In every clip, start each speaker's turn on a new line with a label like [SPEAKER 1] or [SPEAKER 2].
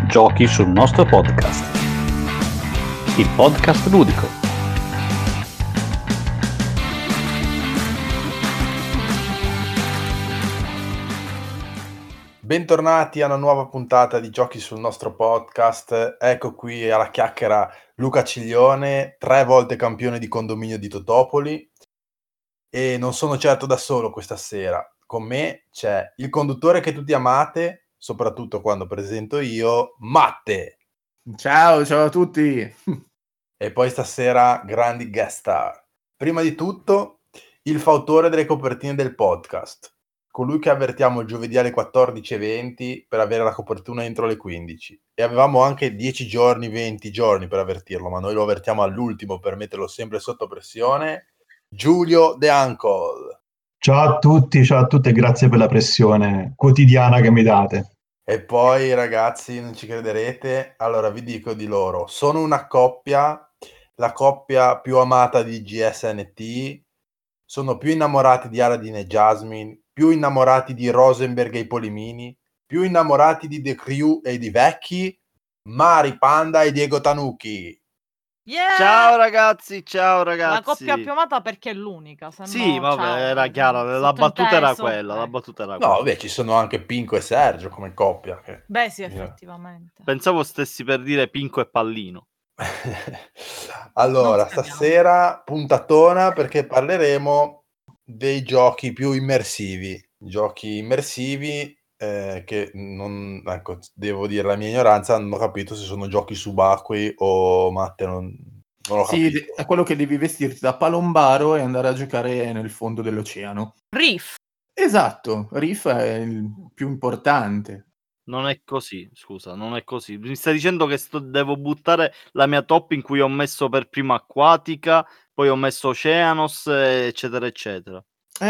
[SPEAKER 1] Giochi sul nostro podcast, il podcast ludico.
[SPEAKER 2] Bentornati a una nuova puntata di Giochi sul nostro podcast. Ecco qui alla chiacchiera Luca Ciglione, 3 volte campione di condominio di Totopoli, e non sono certo da solo questa sera. Con me c'è il conduttore che tutti amate, soprattutto quando presento io, Matte.
[SPEAKER 3] Ciao a tutti.
[SPEAKER 2] E poi stasera grandi guest star. Prima di tutto, il fautore delle copertine del podcast, colui che avvertiamo il giovedì alle 14:20 per avere la copertina entro le 15. E avevamo anche 10 giorni, 20 giorni per avvertirlo, ma noi lo avvertiamo all'ultimo per metterlo sempre sotto pressione. Giulio De Uncle.
[SPEAKER 4] Ciao a tutti, ciao a tutte e grazie per la pressione quotidiana che mi date.
[SPEAKER 2] E poi ragazzi, non ci crederete, allora vi dico di loro, sono una coppia, la coppia più amata di GSNT, sono più innamorati di Aladdin e Jasmine, più innamorati di Rosenberg e i Polimini, più innamorati di The Crew e di Vecchi, Mari Panda e Diego Tanucchi.
[SPEAKER 5] Yeah!
[SPEAKER 6] Ciao ragazzi.
[SPEAKER 5] La coppia più amata perché è l'unica.
[SPEAKER 6] Sì,
[SPEAKER 5] no,
[SPEAKER 6] vabbè,
[SPEAKER 5] ciao,
[SPEAKER 6] era chiaro, la battuta era quella, la battuta era quella.
[SPEAKER 2] No, beh, ci sono anche Pinco e Sergio come coppia. Che...
[SPEAKER 5] Beh, sì, effettivamente.
[SPEAKER 6] Pensavo stessi per dire Pinco e Pallino.
[SPEAKER 2] Allora, stasera puntatona perché parleremo dei giochi più immersivi. Giochi immersivi che non, ecco, devo dire la mia ignoranza, non ho capito se sono giochi subacquei o Matte non l'ho capito.
[SPEAKER 3] Sì, è quello che devi vestirti da palombaro e andare a giocare nel fondo dell'oceano.
[SPEAKER 5] Riff.
[SPEAKER 3] Esatto, Riff è il più importante.
[SPEAKER 6] Non è così, scusa, non è così. Mi stai dicendo che devo buttare la mia top in cui ho messo per prima Acquatica, poi ho messo Oceanos, eccetera, eccetera.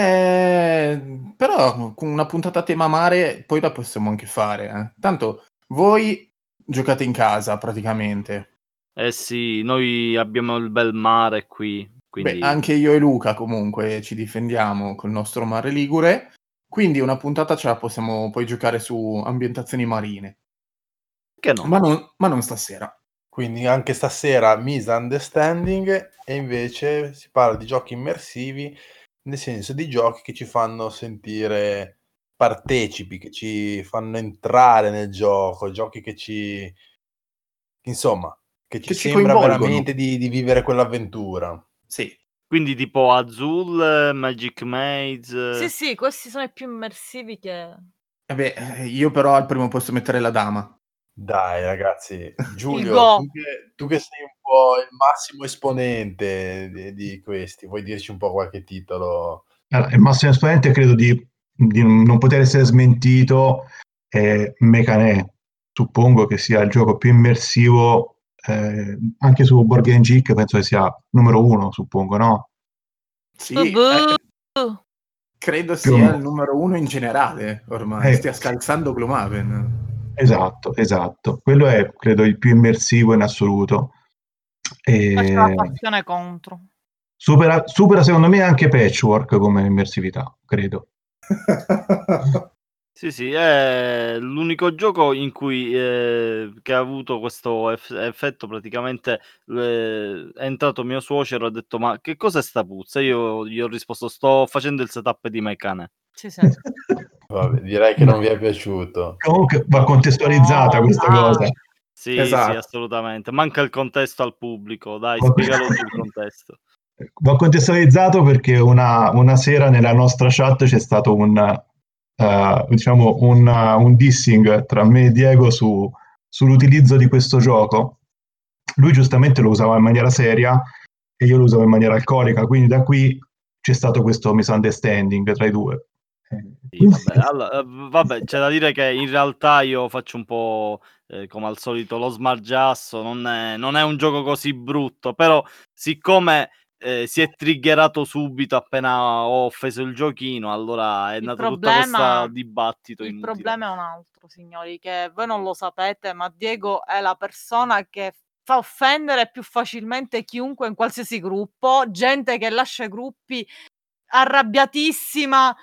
[SPEAKER 3] Però con una puntata a tema mare poi la possiamo anche fare. Tanto voi giocate in casa praticamente.
[SPEAKER 6] Eh sì, noi abbiamo il bel mare qui. Quindi...
[SPEAKER 3] Beh, anche io e Luca comunque ci difendiamo col nostro mare ligure. Quindi una puntata ce la possiamo poi giocare su ambientazioni marine.
[SPEAKER 6] Che no?
[SPEAKER 3] Ma non stasera.
[SPEAKER 2] Quindi anche stasera misunderstanding, e invece si parla di giochi immersivi, nel senso di giochi che ci fanno sentire partecipi, che ci fanno entrare nel gioco, giochi che ci... insomma, che ci sembra veramente di vivere quell'avventura.
[SPEAKER 3] Sì.
[SPEAKER 6] Quindi tipo Azul, Magic Maze...
[SPEAKER 5] Sì, questi sono i più immersivi che...
[SPEAKER 3] Io però al primo posto mettere la dama.
[SPEAKER 2] Dai ragazzi, Giulio, tu che sei un po' il massimo esponente di questi, vuoi dirci un po' qualche titolo?
[SPEAKER 4] Allora, il massimo esponente credo di non poter essere smentito è Mecanè. Suppongo che sia il gioco più immersivo anche su Board Game Geek, penso che sia numero 1, suppongo, no?
[SPEAKER 3] Sì, credo sia il numero 1 in generale, ormai stia scalzando Gloomhaven.
[SPEAKER 4] Esatto. Quello è, credo, il più immersivo in assoluto.
[SPEAKER 5] C'è la passione contro.
[SPEAKER 4] Supera secondo me anche Patchwork come immersività, credo.
[SPEAKER 6] Sì, è l'unico gioco in cui che ha avuto questo effetto. Praticamente è entrato mio suocero e ha detto: ma che cos'è sta puzza? Io gli ho risposto: sto facendo il setup di Mecane.
[SPEAKER 5] Sì.
[SPEAKER 2] Vabbè, direi che non vi è piaciuto.
[SPEAKER 4] Comunque va contestualizzata questa cosa.
[SPEAKER 6] Sì, esatto. Sì, assolutamente. Manca il contesto al pubblico, dai, spiegalo tu il contesto.
[SPEAKER 4] Va contestualizzato perché una sera nella nostra chat c'è stato un dissing tra me e Diego sull'utilizzo di questo gioco. Lui giustamente lo usava in maniera seria e io lo usavo in maniera alcolica, quindi da qui c'è stato questo misunderstanding tra i due.
[SPEAKER 6] Sì, vabbè, c'è da dire che in realtà io faccio un po' come al solito lo smargiasso, non è un gioco così brutto, però siccome si è triggerato subito appena ho offeso il giochino, allora è nato tutto questo dibattito inutile.
[SPEAKER 5] Il problema è un altro, signori, che voi non lo sapete, ma Diego è la persona che fa offendere più facilmente chiunque in qualsiasi gruppo, gente che lascia gruppi arrabbiatissima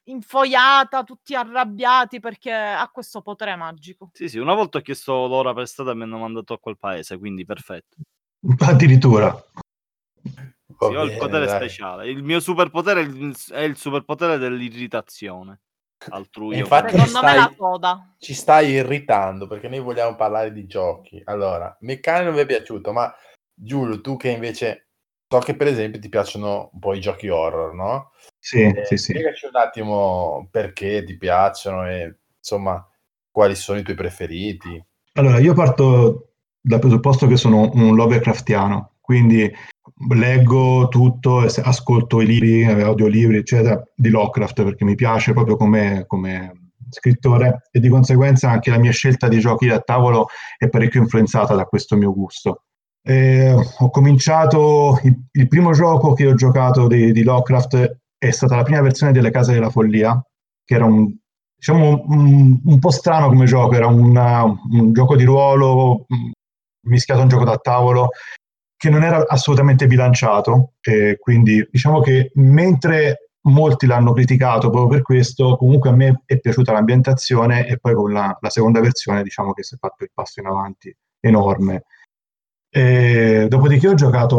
[SPEAKER 5] infoiata, tutti arrabbiati perché ha questo potere magico.
[SPEAKER 6] Sì, una volta ho chiesto l'ora per strada e mi hanno mandato a quel paese, quindi perfetto.
[SPEAKER 4] Addirittura.
[SPEAKER 2] Va
[SPEAKER 6] Sì, ho il
[SPEAKER 2] bene,
[SPEAKER 6] potere
[SPEAKER 2] dai.
[SPEAKER 6] speciale. Il mio superpotere è il superpotere dell'irritazione altrui,
[SPEAKER 2] E infatti
[SPEAKER 5] Secondo me la coda.
[SPEAKER 2] ci stai irritando perché noi vogliamo parlare di giochi. Allora, Meccane non mi è piaciuto, ma Giulio, tu che invece so che per esempio ti piacciono un po' i giochi horror, no?
[SPEAKER 4] Sì, sì.
[SPEAKER 2] Spiegaci un attimo perché ti piacciono e insomma quali sono i tuoi preferiti.
[SPEAKER 4] Allora, io parto dal presupposto che sono un Lovecraftiano, quindi leggo tutto, ascolto i libri, audiolibri, eccetera, di Lovecraft perché mi piace proprio come scrittore e di conseguenza anche la mia scelta di giochi da tavolo è parecchio influenzata da questo mio gusto. Ho cominciato, il primo gioco che ho giocato di Lovecraft è stata la prima versione delle Case della Follia, che era diciamo, un po' strano come gioco, era un gioco di ruolo mischiato a un gioco da tavolo che non era assolutamente bilanciato, e quindi diciamo che mentre molti l'hanno criticato proprio per questo, comunque a me è piaciuta l'ambientazione e poi con la seconda versione diciamo che si è fatto il passo in avanti enorme. Dopodiché ho giocato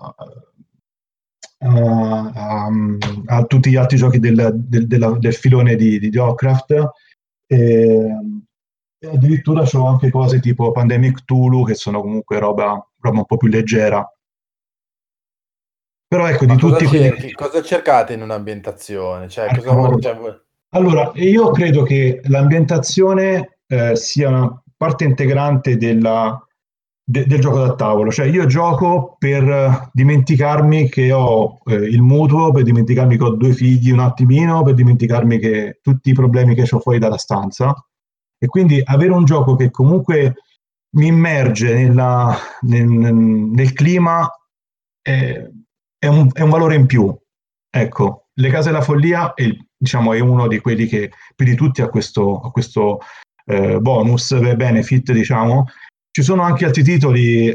[SPEAKER 4] a tutti gli altri giochi del filone di Lovecraft e addirittura c'ho anche cose tipo Pandemic Cthulhu che sono comunque roba un po' più leggera. Però ecco,
[SPEAKER 2] Ma
[SPEAKER 4] di
[SPEAKER 2] cosa
[SPEAKER 4] tutti quelli
[SPEAKER 2] cerchi? Cosa cercate in un'ambientazione? Cioè,
[SPEAKER 4] Allora, io credo che l'ambientazione sia una parte integrante del gioco da tavolo, cioè io gioco per dimenticarmi che ho il mutuo, per dimenticarmi che ho 2 figli un attimino, per dimenticarmi che tutti i problemi che ho fuori dalla stanza e quindi avere un gioco che comunque mi immerge nel clima è un valore in più. Ecco, Le Case della Follia diciamo, è uno di quelli che più di tutti ha questo bonus, benefit, diciamo. Ci sono anche altri titoli,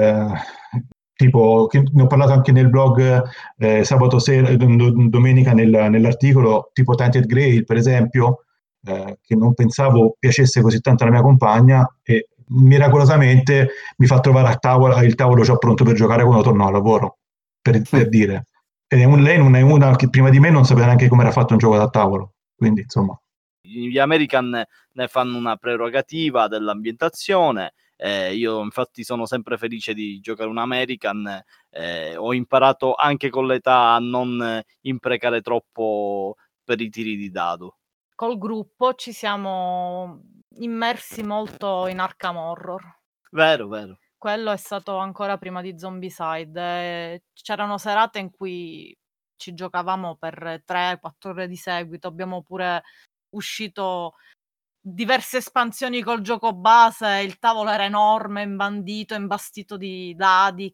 [SPEAKER 4] tipo, che ne ho parlato anche nel blog sabato sera, domenica nell'articolo, tipo Tainted Grail, per esempio, che non pensavo piacesse così tanto alla mia compagna e miracolosamente mi fa trovare il tavolo già pronto per giocare quando torno al lavoro, per dire. Lei non è una che prima di me non sapeva neanche come era fatto un gioco da tavolo, quindi insomma.
[SPEAKER 6] Gli American ne fanno una prerogativa dell'ambientazione. Io infatti sono sempre felice di giocare un American. Ho imparato anche con l'età a non imprecare troppo per i tiri di dado.
[SPEAKER 5] Col gruppo ci siamo immersi molto in Arkham Horror.
[SPEAKER 6] Vero.
[SPEAKER 5] Quello è stato ancora prima di Zombicide. C'erano serate in cui ci giocavamo per 3-4 ore di seguito. Abbiamo pure uscito diverse espansioni col gioco base, il tavolo era enorme, imbastito di dadi,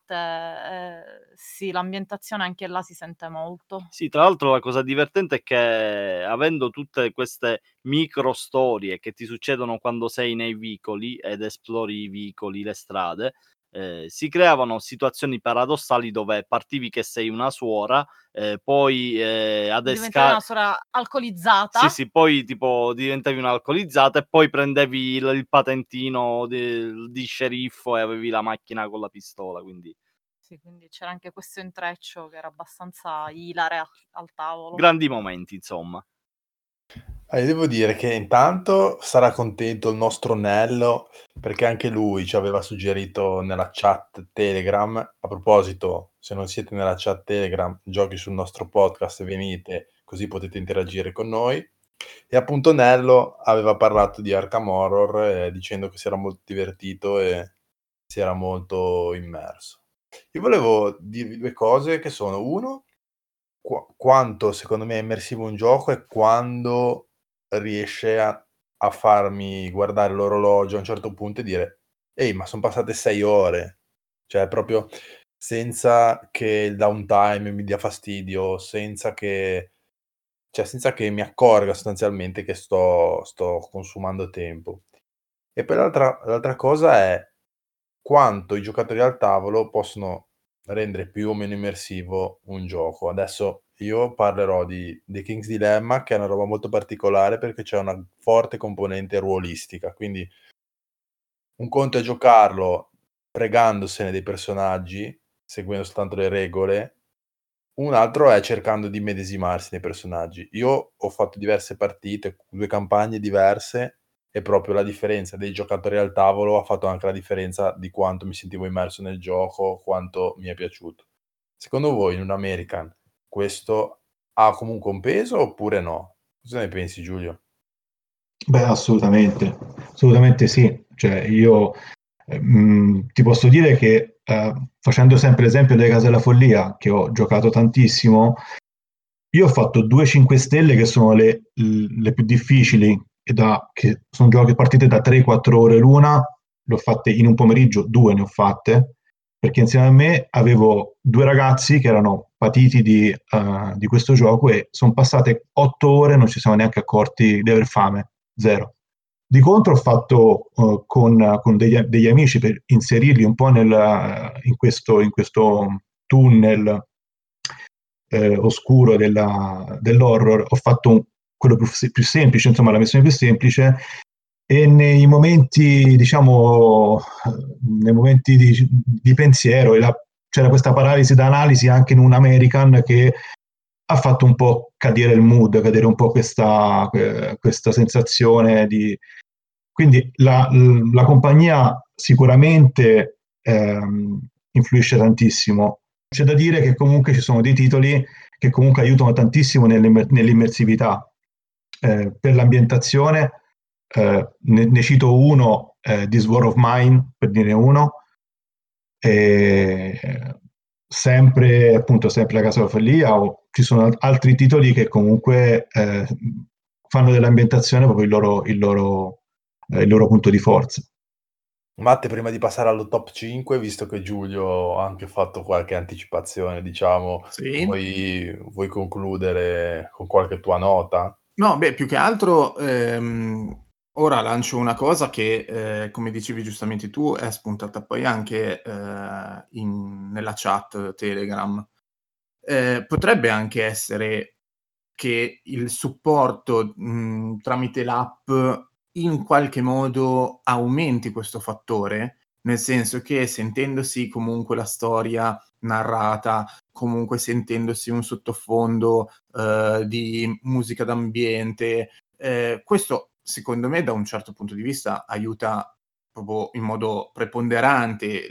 [SPEAKER 5] carte. Sì, l'ambientazione anche là si sente molto.
[SPEAKER 6] Sì, tra l'altro la cosa divertente è che avendo tutte queste micro storie che ti succedono quando sei nei vicoli ed esplori i vicoli, le strade, si creavano situazioni paradossali dove partivi che sei una suora, poi
[SPEAKER 5] Diventavi una suora alcolizzata.
[SPEAKER 6] Sì, poi tipo diventavi un'alcolizzata e poi prendevi il patentino di sceriffo e avevi la macchina con la pistola, quindi
[SPEAKER 5] Sì, quindi c'era anche questo intreccio che era abbastanza ilare al tavolo.
[SPEAKER 6] grandi momenti, insomma.
[SPEAKER 2] Devo dire che intanto sarà contento il nostro Nello perché anche lui ci aveva suggerito nella chat Telegram. A proposito, se non siete nella chat Telegram, giochi sul nostro podcast, venite così potete interagire con noi. E appunto Nello aveva parlato di Arkham Horror dicendo che si era molto divertito e si era molto immerso. Io volevo dirvi 2 cose che sono: uno, quanto secondo me è immersivo un gioco è quando riesce a farmi guardare l'orologio a un certo punto e dire: "Ehi, ma son passate 6 ore." Cioè proprio senza che il downtime mi dia fastidio, senza che mi accorga sostanzialmente che sto consumando tempo. E poi l'altra cosa è quanto i giocatori al tavolo possono rendere più o meno immersivo un gioco. Adesso io parlerò di The King's Dilemma, che è una roba molto particolare perché c'è una forte componente ruolistica, quindi un conto è giocarlo fregandosene dei personaggi, seguendo soltanto le regole, un altro è cercando di medesimarsi nei personaggi. Io ho fatto diverse partite, 2 campagne diverse, e proprio la differenza dei giocatori al tavolo ha fatto anche la differenza di quanto mi sentivo immerso nel gioco, quanto mi è piaciuto. Secondo voi in un American questo ha comunque un peso oppure no? Cosa ne pensi, Giulio?
[SPEAKER 4] Beh, assolutamente, assolutamente sì. Cioè, io ti posso dire che facendo sempre l'esempio delle Case della Follia, che ho giocato tantissimo, io ho fatto 2 5 stelle che sono le più difficili, che sono giochi partite da 3-4 ore l'una, le ho fatte in un pomeriggio, 2 ne ho fatte, perché insieme a me avevo 2 ragazzi che erano patiti di questo gioco e sono passate 8 ore e non ci siamo neanche accorti di aver fame, zero. Di contro ho fatto con degli amici per inserirli un po' in questo tunnel oscuro dell'horror, ho fatto quello più semplice, insomma la missione più semplice, e nei momenti, diciamo, nei momenti di pensiero, c'era questa paralisi d'analisi anche in un American che ha fatto un po' cadere il mood, cadere un po' questa sensazione di... Quindi la compagnia sicuramente influisce tantissimo. C'è da dire che comunque ci sono dei titoli che comunque aiutano tantissimo nell'immersività. Per l'ambientazione, ne cito uno, This War of Mine, per dire uno, e sempre la Casa della Follia, o ci sono altri titoli che comunque fanno dell'ambientazione proprio il loro punto di forza.
[SPEAKER 2] Matte, prima di passare allo top 5, visto che Giulio ha anche fatto qualche anticipazione, diciamo,
[SPEAKER 3] Sì.
[SPEAKER 2] vuoi concludere con qualche tua nota?
[SPEAKER 3] No, beh, più che altro ora lancio una cosa che, come dicevi giustamente tu, è spuntata poi anche nella chat Telegram. Potrebbe anche essere che il supporto tramite l'app in qualche modo aumenti questo fattore, nel senso che sentendosi comunque la storia narrata, comunque sentendosi un sottofondo di musica d'ambiente, questo secondo me da un certo punto di vista aiuta proprio in modo preponderante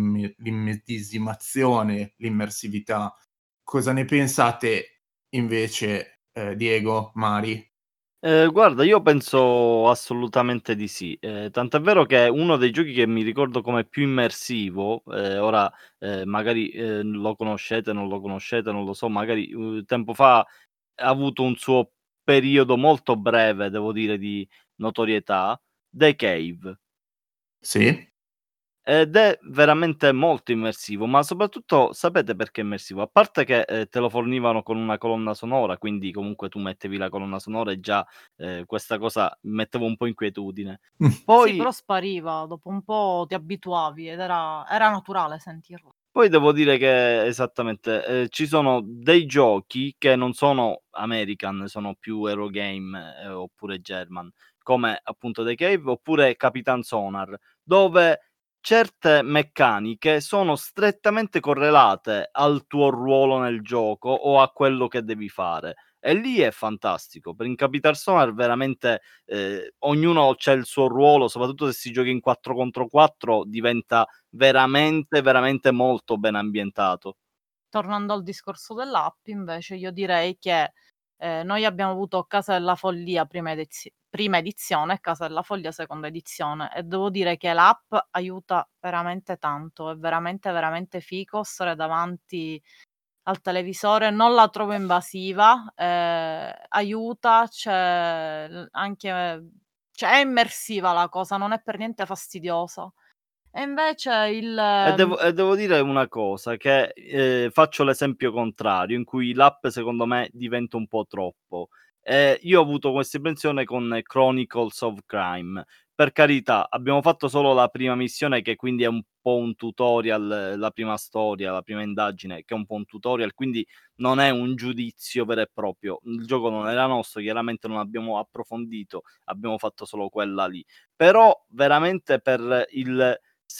[SPEAKER 3] l'immedesimazione, l'immersività. Cosa ne pensate invece, Diego, Mari?
[SPEAKER 6] Guarda, io penso assolutamente di sì. Tant'è vero che uno dei giochi che mi ricordo come più immersivo, ora, magari, lo conoscete, non lo conoscete, non lo so, magari, tempo fa ha avuto un suo periodo molto breve, devo dire, di notorietà, The Cave.
[SPEAKER 3] Sì?
[SPEAKER 6] Ed è veramente molto immersivo, ma soprattutto sapete perché è immersivo? A parte che, te lo fornivano con una colonna sonora, quindi comunque tu mettevi la colonna sonora e già, questa cosa metteva un po' inquietudine.
[SPEAKER 5] Sì,
[SPEAKER 6] Poi
[SPEAKER 5] però spariva, dopo un po' ti abituavi ed era naturale sentirlo.
[SPEAKER 6] Poi devo dire che esattamente, ci sono dei giochi che non sono American, sono più Eurogame, oppure German, come appunto The Cave oppure Capitan Sonar, dove certe meccaniche sono strettamente correlate al tuo ruolo nel gioco o a quello che devi fare. E lì è fantastico. Per in Capitan Sonar veramente, ognuno c'ha il suo ruolo, soprattutto se si gioca in 4 contro 4 diventa veramente, veramente molto ben ambientato.
[SPEAKER 5] Tornando al discorso dell'app, invece, io direi che noi abbiamo avuto Casa della Follia prima edizione e Casa della Follia seconda edizione, e devo dire che l'app aiuta veramente tanto, è veramente, veramente figo stare davanti al televisore, non la trovo invasiva, aiuta, cioè è immersiva la cosa, non è per niente fastidiosa. E invece
[SPEAKER 6] E devo dire una cosa, che, faccio l'esempio contrario, in cui l'app secondo me diventa un po' troppo. Io ho avuto questa impressione con Chronicles of Crime. Per carità, abbiamo fatto solo la prima missione, che quindi è un po' un tutorial, la prima storia, la prima indagine, che è un po' un tutorial, quindi non è un giudizio vero e proprio. Il gioco non era nostro, chiaramente non abbiamo approfondito, abbiamo fatto solo quella lì. Però veramente per il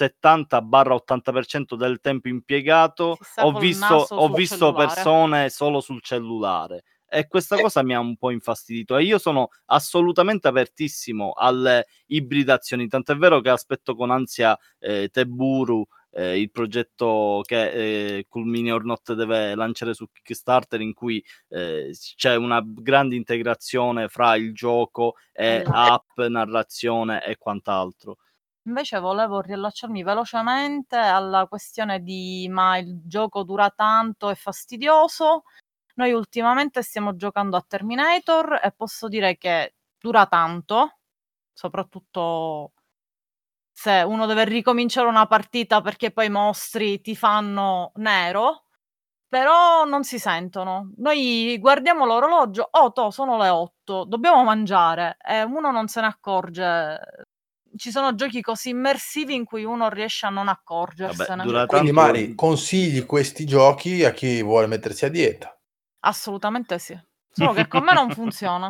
[SPEAKER 6] 70-80% del tempo impiegato
[SPEAKER 5] Si sta col naso
[SPEAKER 6] ho
[SPEAKER 5] sul
[SPEAKER 6] visto
[SPEAKER 5] cellulare.
[SPEAKER 6] persone solo sul cellulare. E questa cosa mi ha un po' infastidito, e io sono assolutamente apertissimo alle ibridazioni, tant'è vero che aspetto con ansia Teburu, il progetto che Culmini or Not deve lanciare su Kickstarter, in cui c'è una grande integrazione fra il gioco e app, narrazione e quant'altro.
[SPEAKER 5] Invece volevo riallacciarmi velocemente alla questione di ma il gioco dura tanto, è fastidioso. Noi ultimamente stiamo giocando a Terminator e posso dire che dura tanto, soprattutto se uno deve ricominciare una partita perché poi i mostri ti fanno nero, però non si sentono. Noi guardiamo l'orologio, sono le 8, dobbiamo mangiare, e uno non se ne accorge. Ci sono giochi così immersivi in cui uno riesce a non accorgersene.
[SPEAKER 6] dura
[SPEAKER 2] Quindi
[SPEAKER 6] tanto.
[SPEAKER 2] Mari, consigli questi giochi a chi vuole mettersi a dieta?
[SPEAKER 5] Assolutamente sì. Solo che con me non funziona.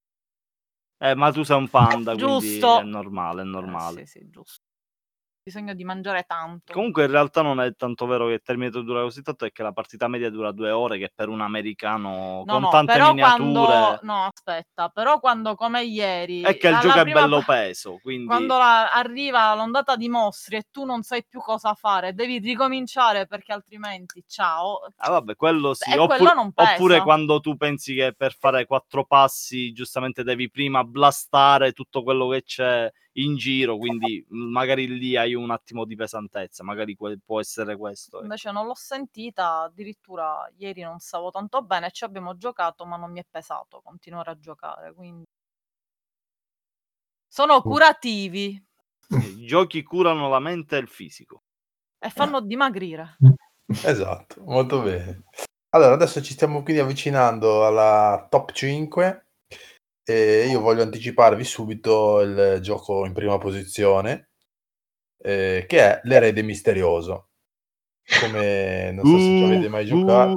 [SPEAKER 6] Ma tu sei un panda, quindi
[SPEAKER 5] Giusto.
[SPEAKER 6] è normale, è normale.
[SPEAKER 5] Sì, giusto. Bisogno di mangiare tanto.
[SPEAKER 6] Comunque in realtà non è tanto vero che Terminator dura così tanto, è che la partita media dura 2 ore, che per un americano con tante
[SPEAKER 5] però
[SPEAKER 6] miniature...
[SPEAKER 5] però quando come ieri
[SPEAKER 6] È che il gioco è bello peso, quindi...
[SPEAKER 5] quando arriva l'ondata di mostri e tu non sai più cosa fare, devi ricominciare perché altrimenti ciao.
[SPEAKER 6] Ah vabbè, quello sì.
[SPEAKER 5] E quello non pesa.
[SPEAKER 6] Oppure quando tu pensi che per fare 4 passi giustamente devi prima blastare tutto quello che c'è in giro, quindi magari lì hai un attimo di pesantezza, magari può essere questo.
[SPEAKER 5] Invece non l'ho sentita, addirittura ieri non stavo tanto bene, ci abbiamo giocato ma non mi è pesato continuare a giocare, quindi sono curativi
[SPEAKER 6] I giochi curano la mente e il fisico.
[SPEAKER 5] e fanno dimagrire.
[SPEAKER 2] Esatto, molto bene. Allora, adesso ci stiamo quindi avvicinando alla top 5 e io voglio anticiparvi subito il gioco in prima posizione, che è l'Erede Misterioso. Come non so se ci avete mai giocato.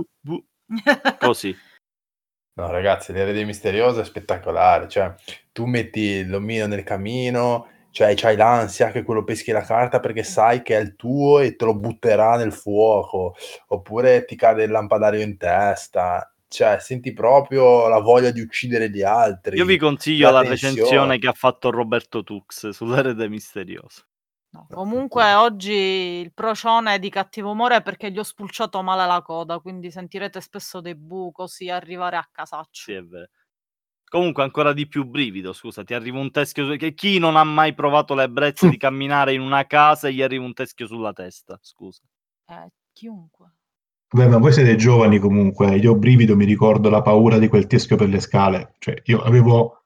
[SPEAKER 6] Così.
[SPEAKER 2] No, ragazzi, l'Erede Misterioso è spettacolare. Cioè, tu metti l'omino nel camino, cioè c'hai l'ansia che quello peschi la carta perché sai che è il tuo e te lo butterà nel fuoco, oppure ti cade il lampadario in testa. Cioè, senti proprio la voglia di uccidere gli altri.
[SPEAKER 6] Io vi consiglio la
[SPEAKER 2] tensione.
[SPEAKER 6] recensione che ha fatto Roberto Tux sull'Erede Misterioso.
[SPEAKER 5] No, comunque oggi il procione è di cattivo umore perché gli ho spulciato male la coda, quindi sentirete spesso dei bu così arrivare a casaccio.
[SPEAKER 6] Sì, è vero. Comunque ancora di più brivido, scusa, ti arriva un teschio, che chi non ha mai provato l'ebbrezza di camminare in una casa e gli arriva un teschio sulla testa, scusa.
[SPEAKER 5] Chiunque.
[SPEAKER 4] Beh, ma voi siete giovani comunque, io brivido mi ricordo la paura di quel teschio per le scale, cioè io avevo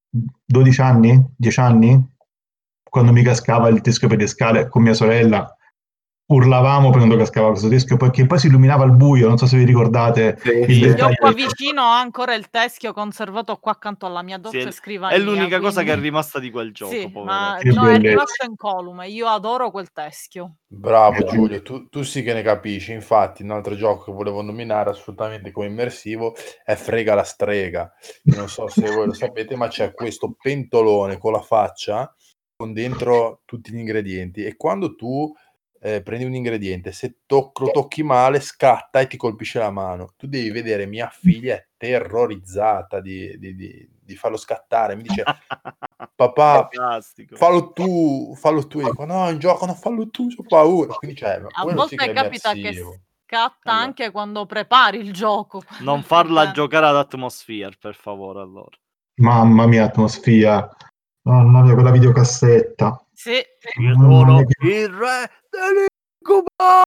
[SPEAKER 4] 12 anni, 10 anni, quando mi cascava il teschio per le scale con mia sorella, urlavamo quando cascava questo teschio, perché poi si illuminava al buio, non so se vi ricordate il
[SPEAKER 5] Io
[SPEAKER 4] dettaglio.
[SPEAKER 5] qua vicino ho ancora il teschio conservato qua accanto alla mia dolce scrivania.
[SPEAKER 6] È l'unica cosa che è
[SPEAKER 5] quindi
[SPEAKER 6] rimasta di quel gioco,
[SPEAKER 5] sì, ma
[SPEAKER 4] Che
[SPEAKER 5] no, è
[SPEAKER 4] bellezza.
[SPEAKER 5] rimasto incolume. Io adoro quel teschio.
[SPEAKER 2] Bravo Giulio, tu sì che ne capisci. Infatti, un altro gioco che volevo nominare assolutamente come immersivo è Frega la strega. Io non so se voi lo sapete, ma c'è questo pentolone con la faccia con dentro tutti gli ingredienti, e quando tu prendi un ingrediente, se lo tocchi male scatta e ti colpisce la mano. Tu devi vedere, mia figlia è terrorizzata di farlo scattare, mi dice papà
[SPEAKER 6] Fantastico.
[SPEAKER 2] fallo tu, e dico no, in gioco, no, fallo tu, ho paura. Quindi cioè,
[SPEAKER 5] A
[SPEAKER 2] quello sì che
[SPEAKER 5] volte
[SPEAKER 2] è
[SPEAKER 5] capita che
[SPEAKER 2] immersivo.
[SPEAKER 5] scatta
[SPEAKER 6] Allora.
[SPEAKER 5] anche quando prepari il gioco.
[SPEAKER 6] Non farla giocare ad Atmosphere, per favore, allora.
[SPEAKER 4] Mamma mia, Atmosfera, mamma mia, quella videocassetta.
[SPEAKER 5] Sì.
[SPEAKER 6] Io
[SPEAKER 4] Mamma
[SPEAKER 6] sono
[SPEAKER 4] mia,
[SPEAKER 6] il re dell'incubo!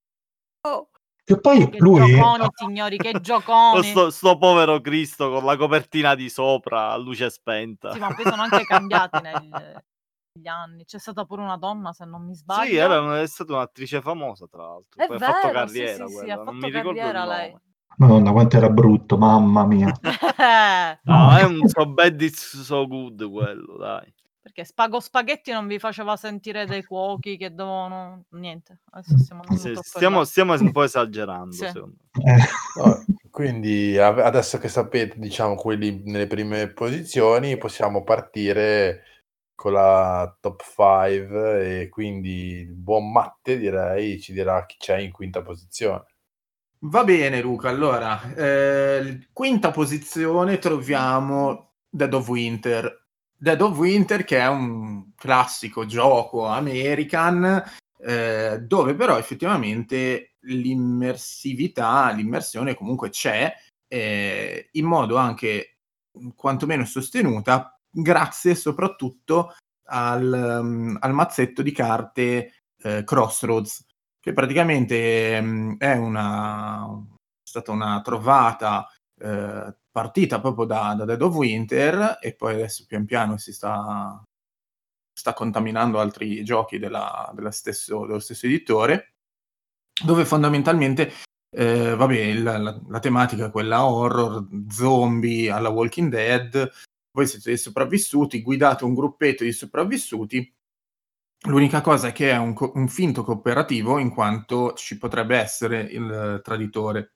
[SPEAKER 4] che poi
[SPEAKER 5] Che
[SPEAKER 4] lui
[SPEAKER 5] gioconi, signori, che gioconi.
[SPEAKER 6] Sto povero Cristo con la copertina di sopra a luce spenta.
[SPEAKER 5] Sì, ma poi sono anche cambiati negli anni. C'è stata pure una donna, se non mi sbaglio.
[SPEAKER 6] Sì, è stata un'attrice famosa, tra l'altro.
[SPEAKER 5] È
[SPEAKER 6] Poi ha fatto
[SPEAKER 5] vero,
[SPEAKER 6] carriera
[SPEAKER 5] sì,
[SPEAKER 6] quella.
[SPEAKER 5] ha
[SPEAKER 6] Non
[SPEAKER 5] fatto
[SPEAKER 6] mi ricordo il
[SPEAKER 5] carriera
[SPEAKER 6] nome.
[SPEAKER 5] lei.
[SPEAKER 4] Madonna, quanto era brutto, mamma mia.
[SPEAKER 6] No, è un so bad it's so good quello, dai.
[SPEAKER 5] Perché Spago Spaghetti non vi faceva sentire dei cuochi che dovevano... Niente, adesso stiamo andando troppo in là.
[SPEAKER 6] Stiamo un po' esagerando,
[SPEAKER 5] Sì.
[SPEAKER 6] secondo me.
[SPEAKER 2] No, quindi adesso che sapete, diciamo, quelli nelle prime posizioni, possiamo partire con la top 5 e quindi il buon Matte, direi, ci dirà chi c'è in quinta posizione.
[SPEAKER 3] Va bene, Luca. Allora, quinta posizione troviamo Dead of Winter. Dead of Winter, che è un classico gioco American, dove però effettivamente l'immersione comunque c'è, in modo anche quantomeno sostenuta, grazie soprattutto al mazzetto di carte Crossroads, che praticamente è stata una trovata partita proprio da Dead of Winter, e poi adesso pian piano si sta contaminando altri giochi dello stesso editore, dove fondamentalmente la tematica è quella horror, zombie alla Walking Dead. Voi siete dei sopravvissuti, guidate un gruppetto di sopravvissuti. L'unica cosa è che è un finto cooperativo, in quanto ci potrebbe essere il traditore.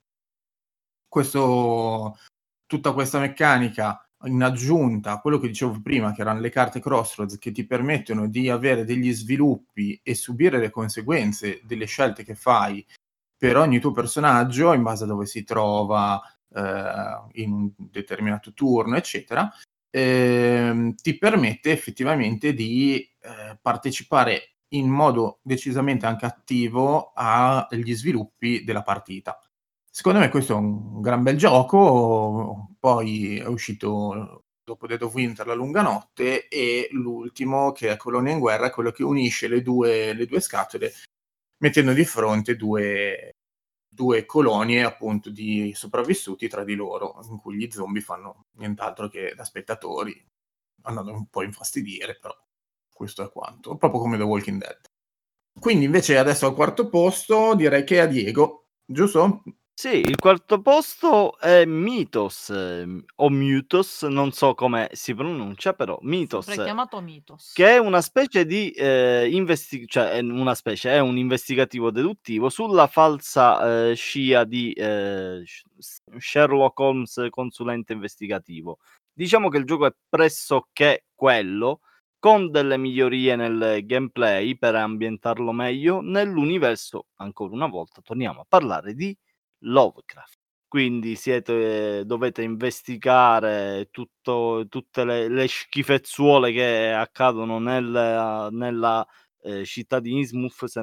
[SPEAKER 3] Tutta questa meccanica, in aggiunta a quello che dicevo prima, che erano le carte Crossroads, che ti permettono di avere degli sviluppi e subire le conseguenze delle scelte che fai per ogni tuo personaggio, in base a dove si trova in un determinato turno, eccetera, ti permette effettivamente di partecipare in modo decisamente anche attivo agli sviluppi della partita. Secondo me questo è un gran bel gioco. Poi è uscito dopo Dead of Winter La lunga notte, e l'ultimo, che è Colonia in guerra, è quello che unisce le due scatole, mettendo di fronte due colonie appunto di sopravvissuti tra di loro, in cui gli zombie fanno nient'altro che da spettatori, andando un po' a infastidire, però questo è quanto, proprio come The Walking Dead. Quindi invece adesso al quarto posto direi che è a Diego, giusto?
[SPEAKER 6] Sì, il quarto posto è Mythos, o Mythos, non so come si pronuncia, però Mythos,
[SPEAKER 5] Sempre chiamato Mythos.
[SPEAKER 6] che è una specie di è un investigativo deduttivo sulla falsa scia di Sherlock Holmes consulente investigativo. Diciamo che il gioco è pressoché quello, con delle migliorie nel gameplay per ambientarlo meglio nell'universo. Ancora una volta torniamo a parlare di Lovecraft. Quindi dovete investigare tutte le schifezzuole che accadono nella città di Innsmouth, se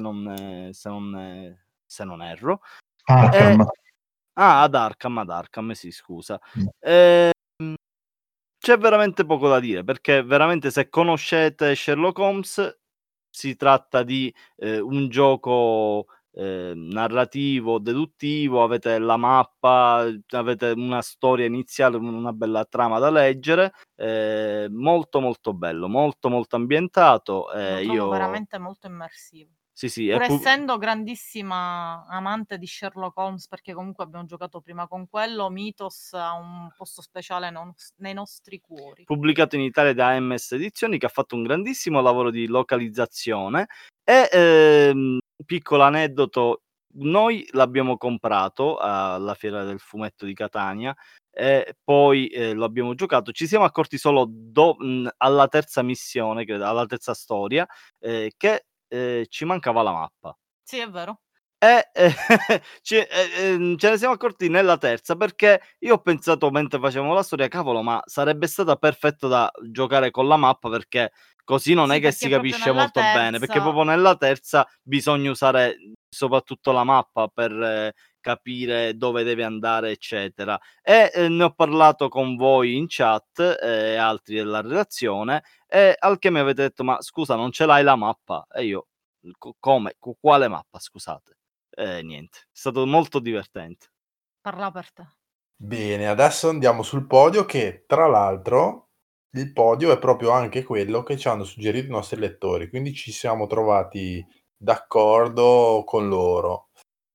[SPEAKER 6] non erro.
[SPEAKER 4] Arkham.
[SPEAKER 6] Ad Arkham, sì, scusa. C'è veramente poco da dire, perché veramente, se conoscete Sherlock Holmes, si tratta di un gioco narrativo, deduttivo, avete la mappa, avete una storia iniziale, una bella trama da leggere, molto molto bello, molto molto ambientato.
[SPEAKER 5] Lo trovo veramente molto immersivo.
[SPEAKER 6] Sì,
[SPEAKER 5] Pur essendo grandissima amante di Sherlock Holmes, perché comunque abbiamo giocato prima con quello, Mythos ha un posto speciale nei nostri cuori.
[SPEAKER 6] Pubblicato in Italia da AMS Edizioni, che ha fatto un grandissimo lavoro di localizzazione. E piccolo aneddoto, noi l'abbiamo comprato alla Fiera del Fumetto di Catania e poi lo abbiamo giocato. Ci siamo accorti solo alla terza missione, credo, alla terza storia, che ci mancava la mappa.
[SPEAKER 5] Sì, è vero.
[SPEAKER 6] Ce ne siamo accorti nella terza, perché io ho pensato mentre facevamo la storia: cavolo, ma sarebbe stata perfetta da giocare con la mappa, perché così non
[SPEAKER 5] Sì,
[SPEAKER 6] è che
[SPEAKER 5] perché
[SPEAKER 6] si
[SPEAKER 5] proprio
[SPEAKER 6] capisce
[SPEAKER 5] nella
[SPEAKER 6] molto bene, perché
[SPEAKER 5] terza...
[SPEAKER 6] proprio nella terza bisogna usare soprattutto la mappa per capire dove deve andare, eccetera. E ne ho parlato con voi in chat e altri della redazione, e al che mi avete detto: ma scusa, non ce l'hai la mappa? E io: come? Quale mappa, scusate? Niente, è stato molto divertente.
[SPEAKER 5] Parla per te.
[SPEAKER 2] Bene, adesso andiamo sul podio, che tra l'altro il podio è proprio anche quello che ci hanno suggerito i nostri lettori, quindi ci siamo trovati d'accordo con loro.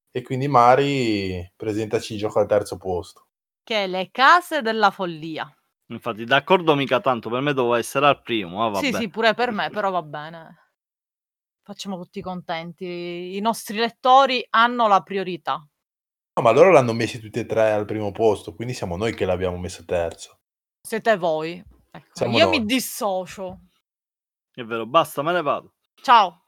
[SPEAKER 2] E quindi Mari, presentaci il gioco al terzo posto.
[SPEAKER 5] Che è Le Case della Follia.
[SPEAKER 6] Infatti, d'accordo mica tanto, per me doveva essere al primo, ma vabbè.
[SPEAKER 5] Sì, pure per me, però va bene. Facciamo tutti contenti. I nostri lettori hanno la priorità.
[SPEAKER 2] No, ma loro l'hanno messi tutti e tre al primo posto, quindi siamo noi che l'abbiamo messo terzo.
[SPEAKER 5] Siete voi. Ecco,
[SPEAKER 2] Siamo
[SPEAKER 5] io
[SPEAKER 2] noi.
[SPEAKER 5] mi dissocio.
[SPEAKER 6] È vero, basta, me ne vado.
[SPEAKER 5] Ciao.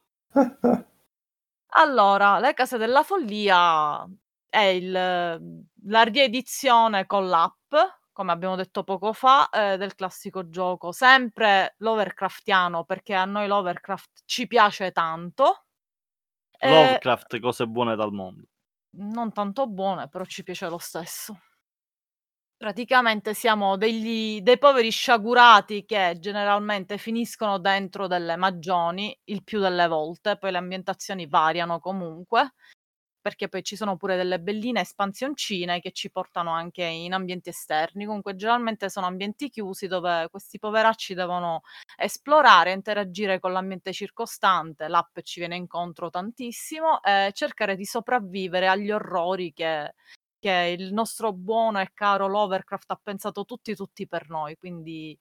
[SPEAKER 5] Allora, Le Case della Follia è la riedizione con l'app, come abbiamo detto poco fa, del classico gioco, sempre Lovecraftiano, perché a noi Lovecraft ci piace tanto.
[SPEAKER 6] Lovecraft, cose buone dal mondo.
[SPEAKER 5] Non tanto buone, però ci piace lo stesso. Praticamente siamo dei poveri sciagurati che generalmente finiscono dentro delle magioni il più delle volte, poi le ambientazioni variano comunque, perché poi ci sono pure delle belline espansioncine che ci portano anche in ambienti esterni. Comunque generalmente sono ambienti chiusi dove questi poveracci devono esplorare, interagire con l'ambiente circostante, l'app ci viene incontro tantissimo, e cercare di sopravvivere agli orrori che il nostro buono e caro Lovecraft ha pensato tutti per noi, quindi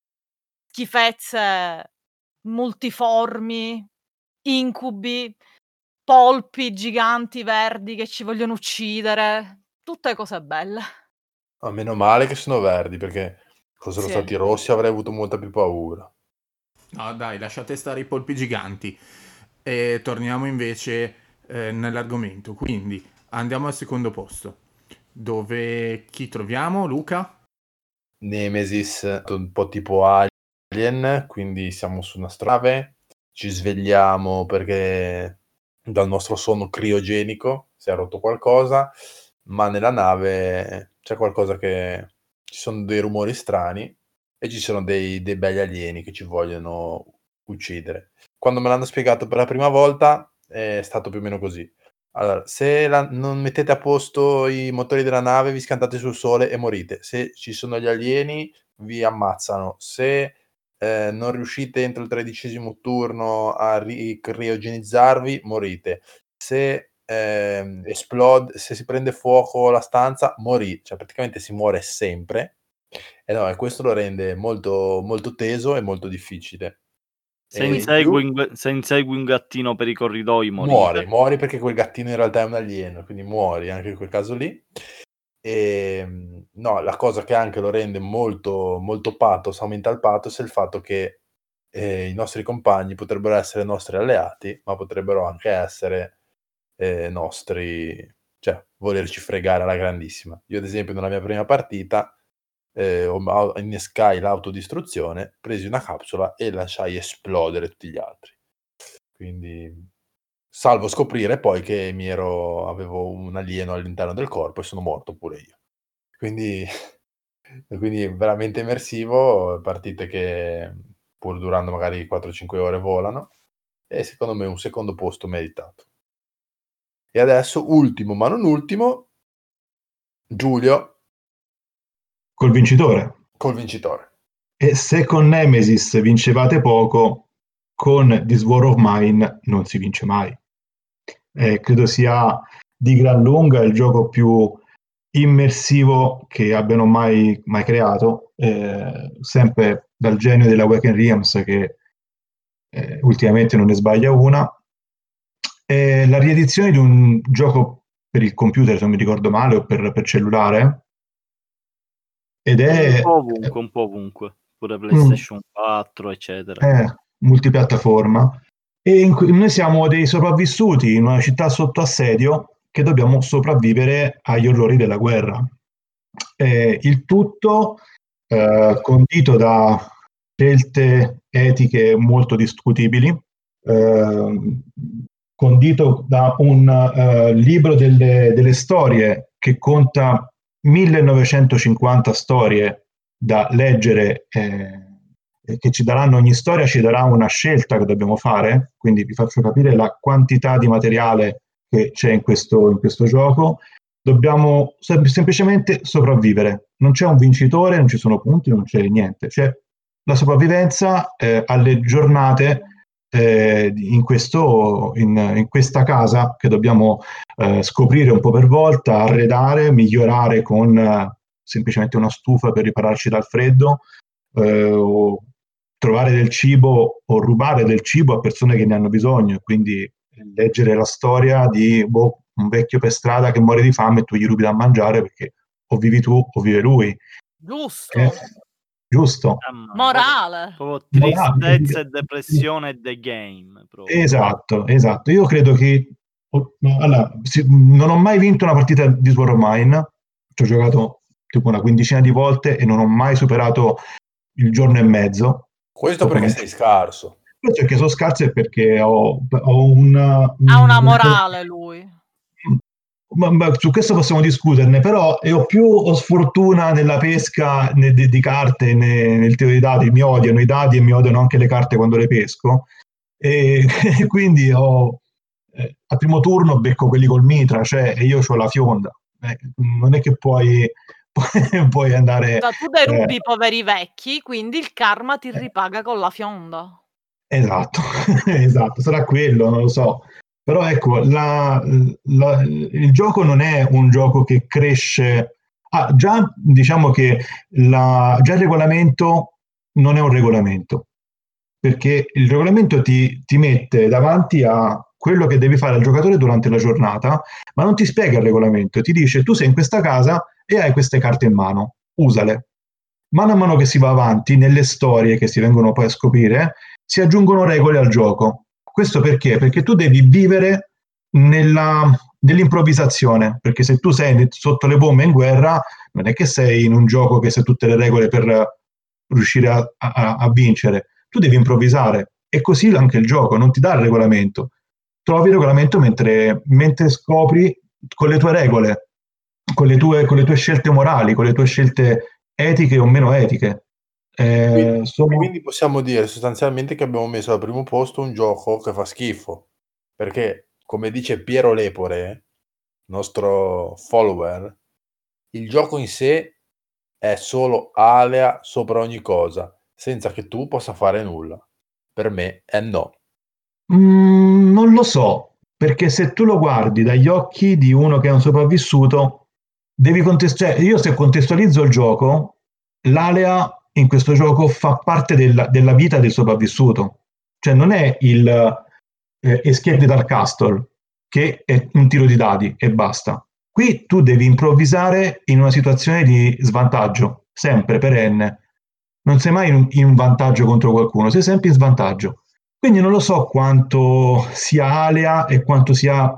[SPEAKER 5] schifezze multiformi, incubi, polpi giganti verdi che ci vogliono uccidere, tutte cose belle.
[SPEAKER 2] Ma meno male che sono verdi, perché fossero
[SPEAKER 5] Sì.
[SPEAKER 2] stati rossi avrei avuto molta più paura.
[SPEAKER 3] No, dai, lasciate stare i polpi giganti. E torniamo invece nell'argomento. Quindi andiamo al secondo posto. Dove chi troviamo, Luca?
[SPEAKER 2] Nemesis, un po' tipo Alien, quindi siamo su una nave, ci svegliamo perché dal nostro sonno criogenico si è rotto qualcosa, ma nella nave c'è qualcosa che... ci sono dei rumori strani e ci sono dei belli alieni che ci vogliono uccidere. Quando me l'hanno spiegato per la prima volta è stato più o meno così. Allora, se non mettete a posto i motori della nave, vi schiantate sul sole e morite. Se ci sono gli alieni, vi ammazzano. Se non riuscite entro il 13° turno a criogenizzarvi, morite. Se se si prende fuoco la stanza, morite. Cioè, praticamente si muore sempre. E no, e questo lo rende molto, molto teso e molto difficile.
[SPEAKER 6] Se
[SPEAKER 2] E in
[SPEAKER 6] insegui un gattino per i corridoi,
[SPEAKER 2] muori perché quel gattino in realtà è un alieno, quindi muori anche in quel caso lì. E no, la cosa che anche lo rende molto, molto pathos, aumenta il pathos, è il fatto che i nostri compagni potrebbero essere nostri alleati, ma potrebbero anche essere nostri, cioè volerci fregare alla grandissima. Io ad esempio nella mia prima partita innescai l'autodistruzione, presi una capsula e lasciai esplodere tutti gli altri. Quindi, salvo scoprire poi che avevo un alieno all'interno del corpo e sono morto pure io. Quindi veramente immersivo, partite che pur durando magari 4-5 ore volano, e secondo me un secondo posto meritato. E adesso, ultimo ma non ultimo, Giulio
[SPEAKER 4] Col vincitore.
[SPEAKER 2] col vincitore.
[SPEAKER 4] E se con Nemesis vincevate poco, con This War of Mine non si vince mai. Credo sia di gran lunga il gioco più immersivo che abbiano mai creato, sempre dal genio della Awaken Realms, che ultimamente non ne sbaglia una. La riedizione di un gioco per il computer, se non mi ricordo male, o per cellulare, ed è
[SPEAKER 6] un po' ovunque, pure PlayStation 4, eccetera.
[SPEAKER 4] Multipiattaforma. E noi siamo dei sopravvissuti in una città sotto assedio che dobbiamo sopravvivere agli orrori della guerra. Il tutto condito da scelte etiche molto discutibili, condito da un libro delle storie che conta 1950 storie da leggere, che ci daranno, ogni storia ci darà una scelta che dobbiamo fare, quindi vi faccio capire la quantità di materiale che c'è in questo gioco. Dobbiamo semplicemente sopravvivere, non c'è un vincitore, non ci sono punti, non c'è niente, c'è la sopravvivenza alle giornate in questa casa che dobbiamo scoprire un po' per volta, arredare, migliorare con semplicemente una stufa per ripararci dal freddo, o trovare del cibo o rubare del cibo a persone che ne hanno bisogno, quindi leggere la storia di un vecchio per strada che muore di fame e tu gli rubi da mangiare perché o vivi tu o vive lui.
[SPEAKER 5] Giusto.
[SPEAKER 4] Giusto.
[SPEAKER 5] Morale.
[SPEAKER 6] Proprio tristezza e depressione the game. Proprio.
[SPEAKER 4] Esatto. Io credo che allora, non ho mai vinto una partita di Sword of Mine, ci ho giocato tipo una quindicina di volte e non ho mai superato il giorno e mezzo.
[SPEAKER 2] Questo perché sei scarso.
[SPEAKER 4] Questo perché sono scarso e perché
[SPEAKER 5] ha una morale lui.
[SPEAKER 4] Ma su questo possiamo discuterne, però ho più sfortuna nella pesca di carte, nel tiro di dadi. Mi odiano i dadi e mi odiano anche le carte quando le pesco, e quindi al primo turno becco quelli col mitra, cioè, e io ho la fionda. Non è che puoi andare...
[SPEAKER 5] Tu derubi i poveri vecchi, quindi il karma ti ripaga con la fionda.
[SPEAKER 4] Esatto, sarà quello, non lo so. Però ecco, il gioco non è un gioco che cresce. Già diciamo che già il regolamento non è un regolamento, perché il regolamento ti mette davanti a quello che devi fare al giocatore durante la giornata, ma non ti spiega il regolamento, ti dice tu sei in questa casa e hai queste carte in mano, usale. Mano a mano che si va avanti, nelle storie che si vengono poi a scoprire, si aggiungono regole al gioco. Questo perché? Perché tu devi vivere nell'improvvisazione, perché se tu sei sotto le bombe in guerra, non è che sei in un gioco che sai tutte le regole per riuscire a vincere. Tu devi improvvisare, e così anche il gioco, non ti dà il regolamento. Trovi il regolamento mentre scopri con le tue regole, con le tue scelte morali, con le tue scelte etiche o meno etiche.
[SPEAKER 2] Quindi possiamo dire sostanzialmente che abbiamo messo al primo posto un gioco che fa schifo, perché come dice Piero Lepore, nostro follower, il gioco in sé è solo alea sopra ogni cosa, senza che tu possa fare nulla. Per me è no.
[SPEAKER 4] Non lo so, perché se tu lo guardi dagli occhi di uno che è un sopravvissuto, devi io se contestualizzo il gioco, l'alea in questo gioco fa parte della vita del sopravvissuto. Cioè non è il Escape dal Castle, che è un tiro di dadi e basta. Qui tu devi improvvisare in una situazione di svantaggio, sempre, perenne. Non sei mai in un vantaggio contro qualcuno, sei sempre in svantaggio. Quindi non lo so quanto sia alea e quanto sia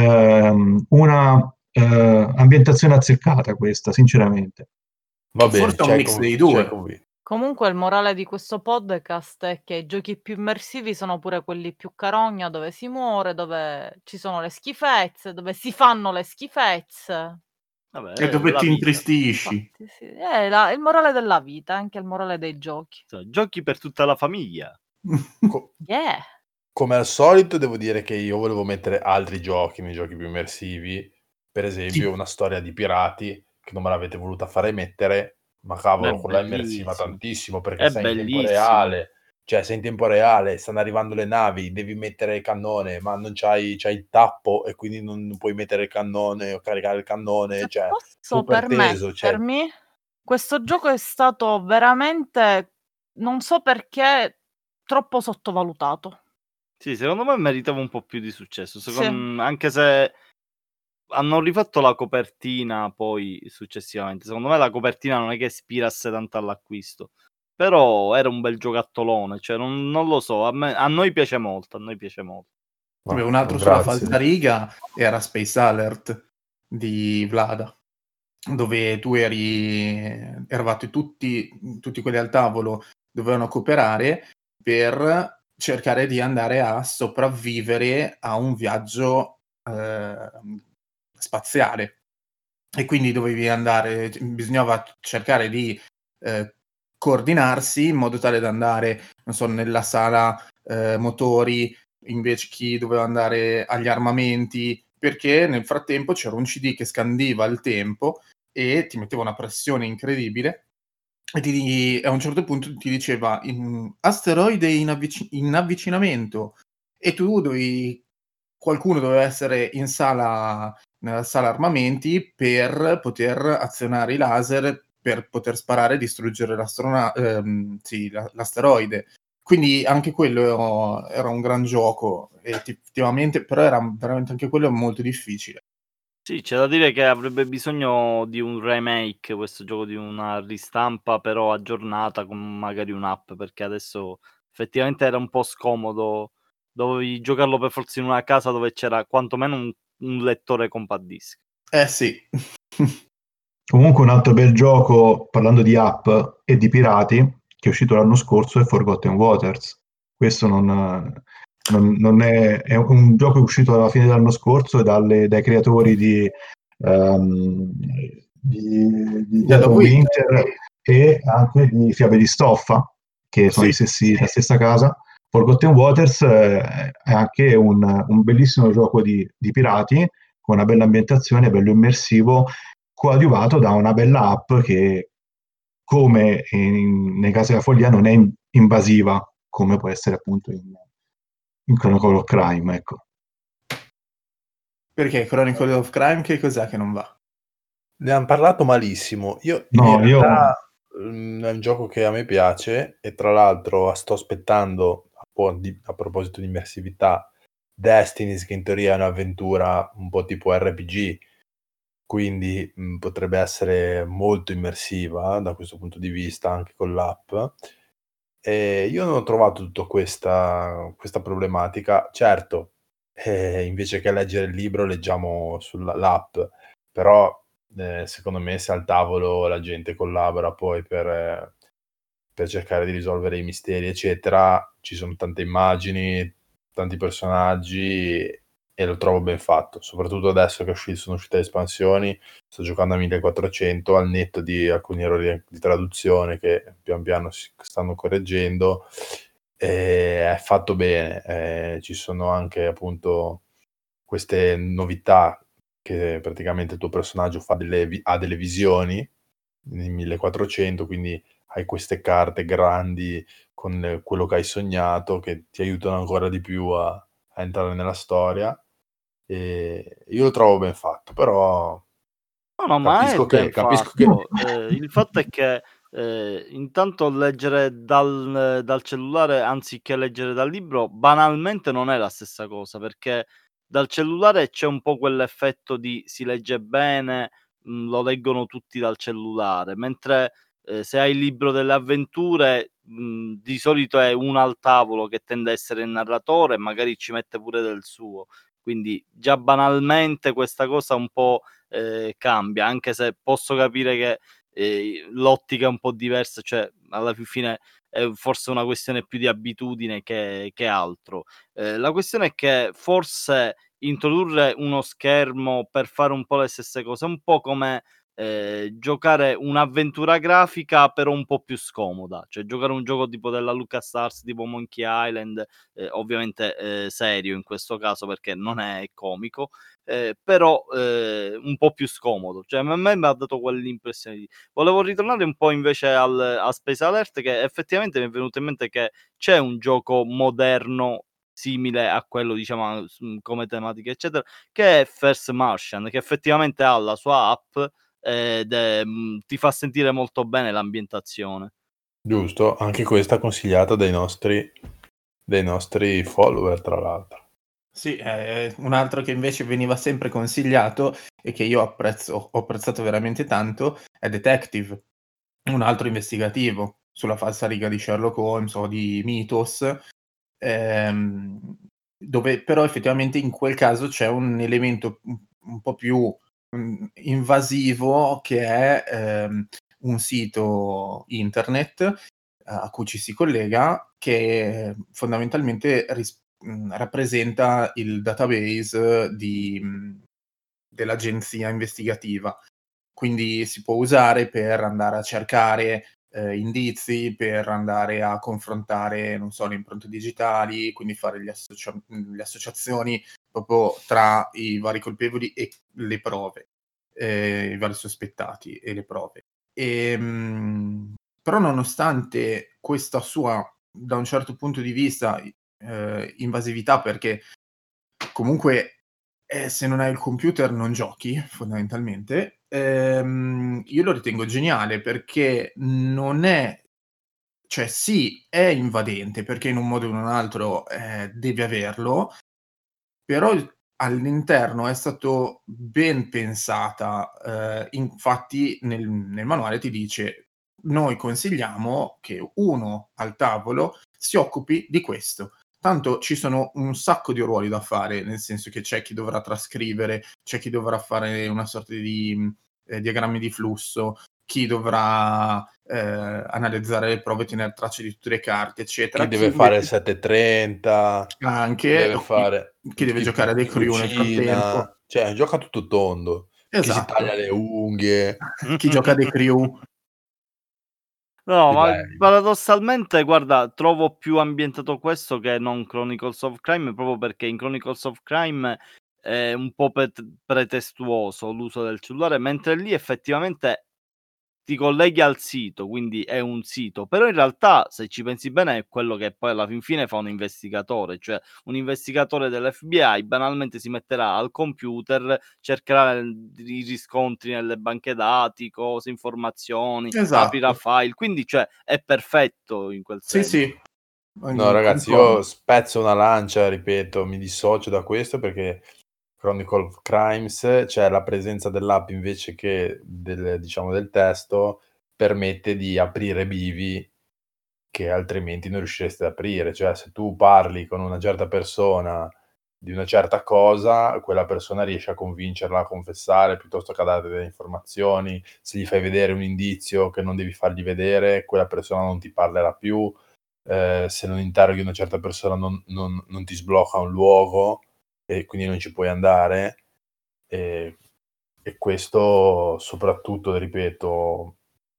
[SPEAKER 4] una ambientazione azzeccata questa, sinceramente.
[SPEAKER 2] Va bene,
[SPEAKER 3] forse è un mix dei due.
[SPEAKER 5] Comunque il morale di questo podcast è che i giochi più immersivi sono pure quelli più carogna, dove si muore, dove ci sono le schifezze, dove si fanno le schifezze.
[SPEAKER 6] Vabbè,
[SPEAKER 3] E dove ti
[SPEAKER 6] vita.
[SPEAKER 3] intristisci.
[SPEAKER 5] Infatti, sì. È il morale della vita, anche il morale dei giochi.
[SPEAKER 6] Giochi per tutta la famiglia.
[SPEAKER 5] Yeah.
[SPEAKER 2] Come al solito devo dire che io volevo mettere altri giochi nei giochi più immersivi, per esempio una storia di pirati che non me l'avete voluta fare mettere, ma cavolo, con la immersiva tantissimo, perché sei in tempo reale, cioè sei in tempo reale, stanno arrivando le navi, devi mettere il cannone, ma non c'hai il tappo e quindi non puoi mettere il cannone o caricare il cannone,
[SPEAKER 5] Se
[SPEAKER 2] cioè
[SPEAKER 5] posso
[SPEAKER 2] super teso,
[SPEAKER 5] permettermi, questo gioco è stato veramente, non so perché, troppo sottovalutato.
[SPEAKER 6] Sì, secondo me meritava un po' più di successo, anche se hanno rifatto la copertina poi successivamente. Secondo me la copertina non è che ispirasse tanto all'acquisto, però era un bel giocattolone, cioè non lo so, a noi piace molto,
[SPEAKER 3] Beh, un altro sulla falsariga era Space Alert di Vlada, dove tu eravate tutti quelli al tavolo, dovevano cooperare per cercare di andare a sopravvivere a un viaggio spaziale, e quindi bisognava cercare di coordinarsi in modo tale da andare, non so, nella sala motori, invece chi doveva andare agli armamenti, perché nel frattempo c'era un CD che scandiva il tempo e ti metteva una pressione incredibile, e a un certo punto ti diceva asteroide in avvicinamento, e qualcuno doveva essere nella sala armamenti per poter azionare i laser, per poter sparare e distruggere l'asteroide. Quindi anche quello era un gran gioco, effettivamente, però era veramente anche quello molto difficile.
[SPEAKER 6] Sì, c'è da dire che avrebbe bisogno di un remake questo gioco, di una ristampa però aggiornata con magari un'app, perché adesso effettivamente era un po' scomodo, dovevi giocarlo per forza in una casa dove c'era quantomeno un lettore compact disc.
[SPEAKER 3] Sì.
[SPEAKER 4] Comunque un altro bel gioco, parlando di app e di pirati, che è uscito l'anno scorso, è Forgotten Waters. Questo non è un gioco uscito alla fine dell'anno scorso dai creatori di Dead of Winter e anche di Fiabe di Stoffa, che sono la stessa casa. Forgotten Waters è anche un bellissimo gioco di pirati, con una bella ambientazione, bello immersivo, coadiuvato da una bella app che, come nei casi della follia, non è invasiva, come può essere appunto in Chronicle of Crime, ecco.
[SPEAKER 3] Perché Chronicle of Crime che cos'è che non va?
[SPEAKER 2] Ne hanno parlato malissimo. In realtà è un gioco che a me piace, e tra l'altro sto aspettando, a proposito di immersività, Destinies, che in teoria è un'avventura un po' tipo RPG, quindi potrebbe essere molto immersiva da questo punto di vista anche con l'app. E io non ho trovato tutta questa problematica. Certo, invece che leggere il libro leggiamo l'app, però secondo me se al tavolo la gente collabora poi per cercare di risolvere i misteri eccetera, ci sono tante immagini, tanti personaggi, e lo trovo ben fatto, soprattutto adesso che sono uscite le espansioni. Sto giocando a 1400, al netto di alcuni errori di traduzione che pian piano si stanno correggendo. È fatto bene, ci sono anche appunto queste novità, che praticamente il tuo personaggio ha delle visioni in 1400, quindi hai queste carte grandi con quello che hai sognato, che ti aiutano ancora di più a entrare nella storia. Io lo trovo ben fatto, però
[SPEAKER 6] No, ma è ben
[SPEAKER 2] capisco
[SPEAKER 6] fatto. Il fatto è che, intanto leggere dal cellulare anziché leggere dal libro, banalmente non è la stessa cosa, perché dal cellulare c'è un po' quell'effetto di si legge bene, lo leggono tutti dal cellulare, mentre, se hai il libro delle avventure, di solito è uno al tavolo che tende a essere il narratore e magari ci mette pure del suo. Quindi già banalmente questa cosa un po' cambia, anche se posso capire che, l'ottica è un po' diversa, cioè alla fin fine è forse una questione più di abitudine che altro. La questione è che forse introdurre uno schermo per fare un po' le stesse cose, è un po' come, giocare un'avventura grafica però un po' più scomoda, cioè giocare un gioco tipo della LucasArts, tipo Monkey Island, ovviamente, serio in questo caso perché non è comico, però, un po' più scomodo. Cioè a me m'ha dato quell'impressione lì. Volevo ritornare un po' invece a Space Alert, che effettivamente mi è venuto in mente che c'è un gioco moderno simile a quello, diciamo, come tematica eccetera, che è First Martian, che effettivamente ha la sua app ed ti fa sentire molto bene l'ambientazione.
[SPEAKER 2] Giusto, anche questa consigliata dai nostri follower, tra l'altro.
[SPEAKER 3] Sì, un altro che invece veniva sempre consigliato e che io ho apprezzato veramente tanto è Detective, un altro investigativo sulla falsariga di Sherlock Holmes o di Mythos, dove però effettivamente in quel caso c'è un elemento un po' più invasivo, che è un sito internet a cui ci si collega, che fondamentalmente rappresenta il database dell'agenzia investigativa. Quindi si può usare per andare a cercare indizi, per andare a confrontare, non so, le impronte digitali, quindi fare le associazioni proprio tra i vari colpevoli e le prove, i vari sospettati e le prove. Però nonostante questa sua, da un certo punto di vista, invasività, perché comunque se non hai il computer non giochi, fondamentalmente, io lo ritengo geniale perché non è, cioè sì, è invadente perché in un modo o in un altro devi averlo, però all'interno è stato ben pensata, infatti nel manuale ti dice: noi consigliamo che uno al tavolo si occupi di questo. Tanto ci sono un sacco di ruoli da fare, nel senso che c'è chi dovrà trascrivere, c'è chi dovrà fare una sorta di diagrammi di flusso, chi dovrà analizzare le prove, tenere traccia di tutte le carte, eccetera.
[SPEAKER 2] Chi deve fare il 730,
[SPEAKER 3] Anche,
[SPEAKER 2] deve
[SPEAKER 3] o
[SPEAKER 2] fare
[SPEAKER 3] chi deve giocare a dei crew nel frattempo.
[SPEAKER 2] cioè gioca tutto tondo, chi si
[SPEAKER 3] Esatto.
[SPEAKER 2] taglia le unghie,
[SPEAKER 3] Chi gioca a dei crew.
[SPEAKER 6] No, ma
[SPEAKER 2] Direi.
[SPEAKER 6] paradossalmente, guarda, trovo più ambientato questo che non Chronicles of Crime, proprio perché in Chronicles of Crime è un po' pretestuoso l'uso del cellulare, mentre lì effettivamente ti colleghi al sito, quindi è un sito, però in realtà, se ci pensi bene, è quello che poi alla fin fine fa un investigatore, cioè un investigatore dell'FBI banalmente si metterà al computer, cercherà i riscontri nelle banche dati, cose, informazioni, aprirà
[SPEAKER 3] Esatto.
[SPEAKER 6] file, quindi cioè è perfetto in quel
[SPEAKER 3] Sì,
[SPEAKER 6] senso.
[SPEAKER 3] sì.
[SPEAKER 2] No ragazzi, io spezzo una lancia, ripeto, mi dissocio da questo perché Chronicle of Crimes, cioè la presenza dell'app invece che diciamo del testo, permette di aprire bivi che altrimenti non riuscireste ad aprire. Cioè se tu parli con una certa persona di una certa cosa, quella persona riesce a convincerla a confessare piuttosto che a dare delle informazioni. Se gli fai vedere un indizio che non devi fargli vedere, quella persona non ti parlerà più. Se non interroghi una certa persona non ti sblocca un luogo e quindi non ci puoi andare. E questo soprattutto, ripeto,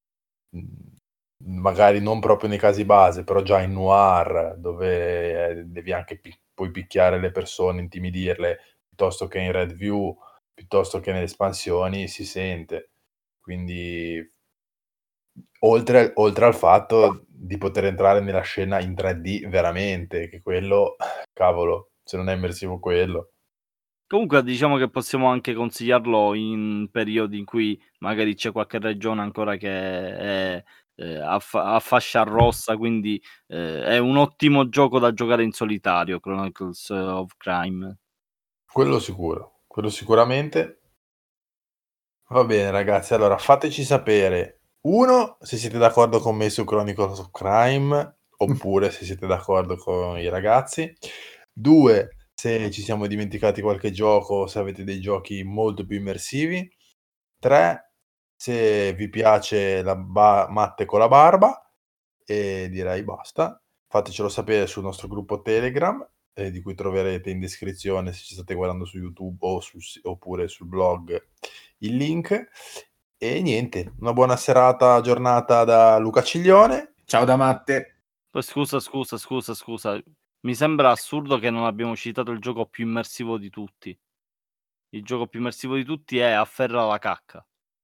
[SPEAKER 2] magari non proprio nei casi base, però già in noir, dove devi anche puoi picchiare le persone, intimidirle, piuttosto che in Red View, piuttosto che nelle espansioni, si sente. Quindi oltre al fatto di poter entrare nella scena in 3D veramente, che quello, cavolo, se non è immersivo quello.
[SPEAKER 6] Comunque diciamo che possiamo anche consigliarlo in periodi in cui magari c'è qualche regione ancora che è, a fascia rossa, quindi, è un ottimo gioco da giocare in solitario, Chronicles of Crime.
[SPEAKER 2] Quello sicuro, quello sicuramente. Va bene ragazzi, allora fateci sapere, 1 se siete d'accordo con me su Chronicles of Crime, oppure se siete d'accordo con i ragazzi. 2 se ci siamo dimenticati qualche gioco, se avete dei giochi molto più immersivi. 3 se vi piace la Matte con la barba. E direi basta. Fatecelo sapere sul nostro gruppo Telegram, di cui troverete in descrizione se ci state guardando su YouTube o oppure sul blog il link. E niente, una buona serata, giornata da Luca Ciglione.
[SPEAKER 3] Ciao da Matte.
[SPEAKER 6] Poi scusa. Mi sembra assurdo che non abbiamo citato il gioco più immersivo di tutti. Il gioco più immersivo di tutti è Afferra la cacca.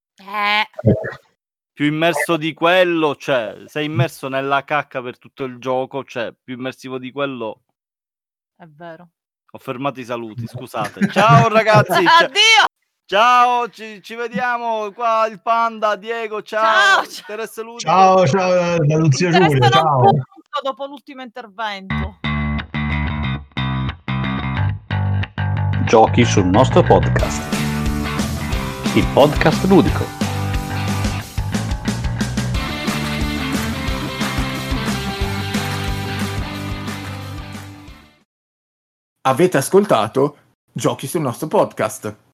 [SPEAKER 6] Più immerso di quello, cioè, sei immerso nella cacca per tutto il gioco, cioè, più immersivo di quello.
[SPEAKER 5] È vero.
[SPEAKER 6] Ho fermato i saluti, scusate. Ciao ragazzi!
[SPEAKER 5] Addio!
[SPEAKER 6] Ciao, ci vediamo qua il Panda, Diego, ciao!
[SPEAKER 5] Ciao!
[SPEAKER 6] Interesse ludico.
[SPEAKER 4] Ciao da Luzio Giulio,
[SPEAKER 5] Interessa
[SPEAKER 4] ciao.
[SPEAKER 5] non punto dopo l'ultimo intervento.
[SPEAKER 1] Giochi sul nostro podcast. Il podcast ludico.
[SPEAKER 3] Avete ascoltato Giochi sul nostro podcast.